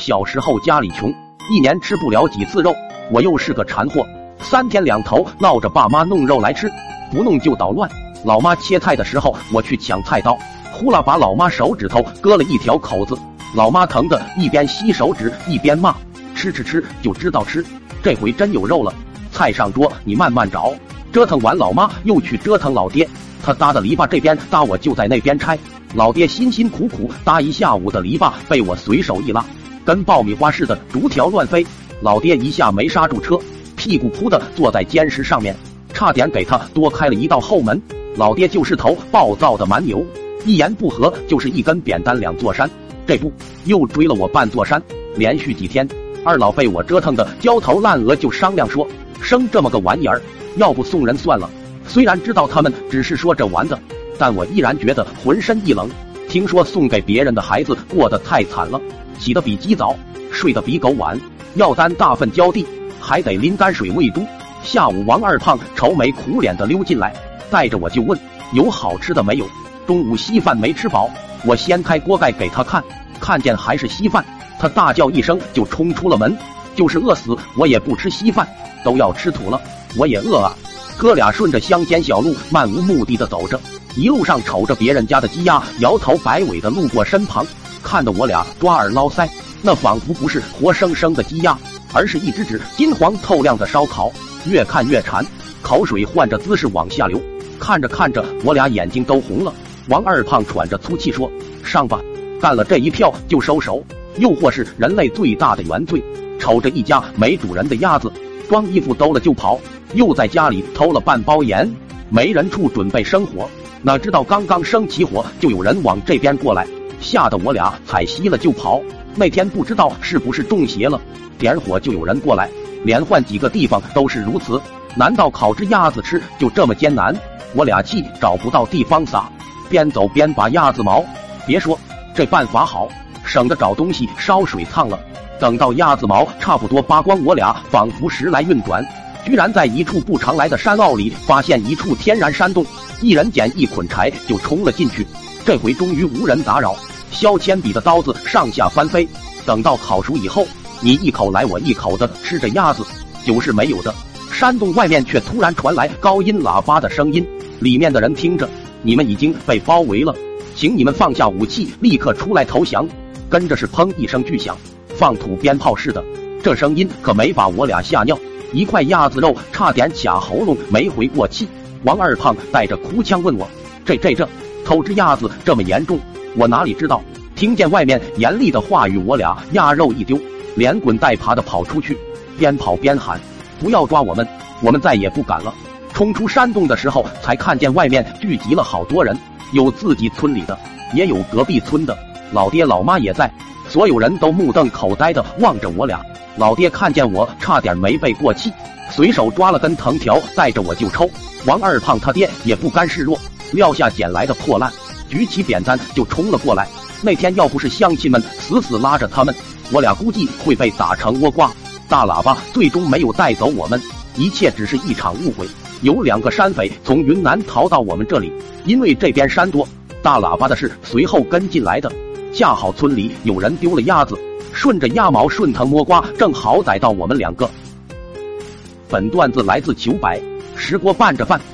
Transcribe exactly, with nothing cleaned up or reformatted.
小时候家里穷，一年吃不了几次肉，我又是个馋货，三天两头闹着爸妈弄肉来吃，不弄就捣乱。老妈切菜的时候，我去抢菜刀，呼啦把老妈手指头割了一条口子，老妈疼得一边吸手指一边骂：吃吃吃就知道吃，这回真有肉了，菜上桌你慢慢找。折腾完老妈又去折腾老爹，他搭的篱笆这边搭，我就在那边拆。老爹辛辛苦苦搭一下午的篱笆，被我随手一拉，跟爆米花似的竹条乱飞。老爹一下没刹住车，屁股扑的坐在坚石上面，差点给他多开了一道后门。老爹就是头暴躁的蛮牛，一言不合就是一根扁担两座山，这不又追了我半座山。连续几天，二老被我折腾的焦头烂额，就商量说生这么个玩意儿，要不送人算了。虽然知道他们只是说着玩的，但我依然觉得浑身一冷。听说送给别人的孩子过得太惨了，起得比鸡早，睡得比狗晚，要担大粪浇地，还得拎泔水喂猪。下午王二胖愁眉苦脸的溜进来，带着我就问有好吃的没有。中午稀饭没吃饱，我掀开锅盖给他看，看见还是稀饭，他大叫一声就冲出了门。就是饿死我也不吃稀饭，都要吃土了，我也饿啊。哥俩顺着乡间小路漫无目的的走着，一路上瞅着别人家的鸡鸭，摇头摆尾的路过身旁，看得我俩抓耳捞腮。那仿佛不是活生生的鸡鸭，而是一只只金黄透亮的烧烤，越看越馋，口水换着姿势往下流。看着看着我俩眼睛都红了。王二胖喘着粗气说：上吧，干了这一票就收手。诱惑是人类最大的原罪。瞅着一家没主人的鸭子，装衣服兜了就跑，又在家里偷了半包盐，没人处准备生火，哪知道刚刚生起火，就有人往这边过来，吓得我俩踩熄了就跑。那天不知道是不是中邪了，点火就有人过来，连换几个地方都是如此。难道烤只鸭子吃就这么艰难？我俩气找不到地方撒，边走边拔鸭子毛。别说这办法好，省得找东西烧水烫了。等到鸭子毛差不多扒光，我俩仿佛时来运转，居然在一处不常来的山坳里发现一处天然山洞，一人捡一捆柴就冲了进去。这回终于无人打扰，削铅笔的刀子上下翻飞。等到烤熟以后，你一口来我一口的吃着鸭子，酒是没有的。山洞外面却突然传来高音喇叭的声音，里面的人听着：你们已经被包围了，请你们放下武器，立刻出来投降。跟着是砰一声巨响，放土鞭炮似的，这声音可没把我俩吓尿，一块鸭子肉差点卡喉咙没回过气。王二胖带着哭腔问我：这这这偷只鸭子这么严重？我哪里知道。听见外面严厉的话语，我俩鸭肉一丢，连滚带爬的跑出去，边跑边喊：不要抓我们，我们再也不敢了。冲出山洞的时候，才看见外面聚集了好多人，有自己村里的，也有隔壁村的，老爹老妈也在，所有人都目瞪口呆的望着我俩。老爹看见我差点没背过气，随手抓了根藤条带着我就抽。王二胖他爹也不甘示弱，撂下捡来的破烂，举起扁担就冲了过来。那天要不是乡亲们死死拉着他们，我俩估计会被打成倭瓜。大喇叭最终没有带走我们，一切只是一场误会。有两个山匪从云南逃到我们这里，因为这边山多，大喇叭的事随后跟进来的。恰好村里有人丢了鸭子，顺着鸭毛顺藤摸瓜，正好逮到我们两个。本段子来自糗百，石锅拌着饭。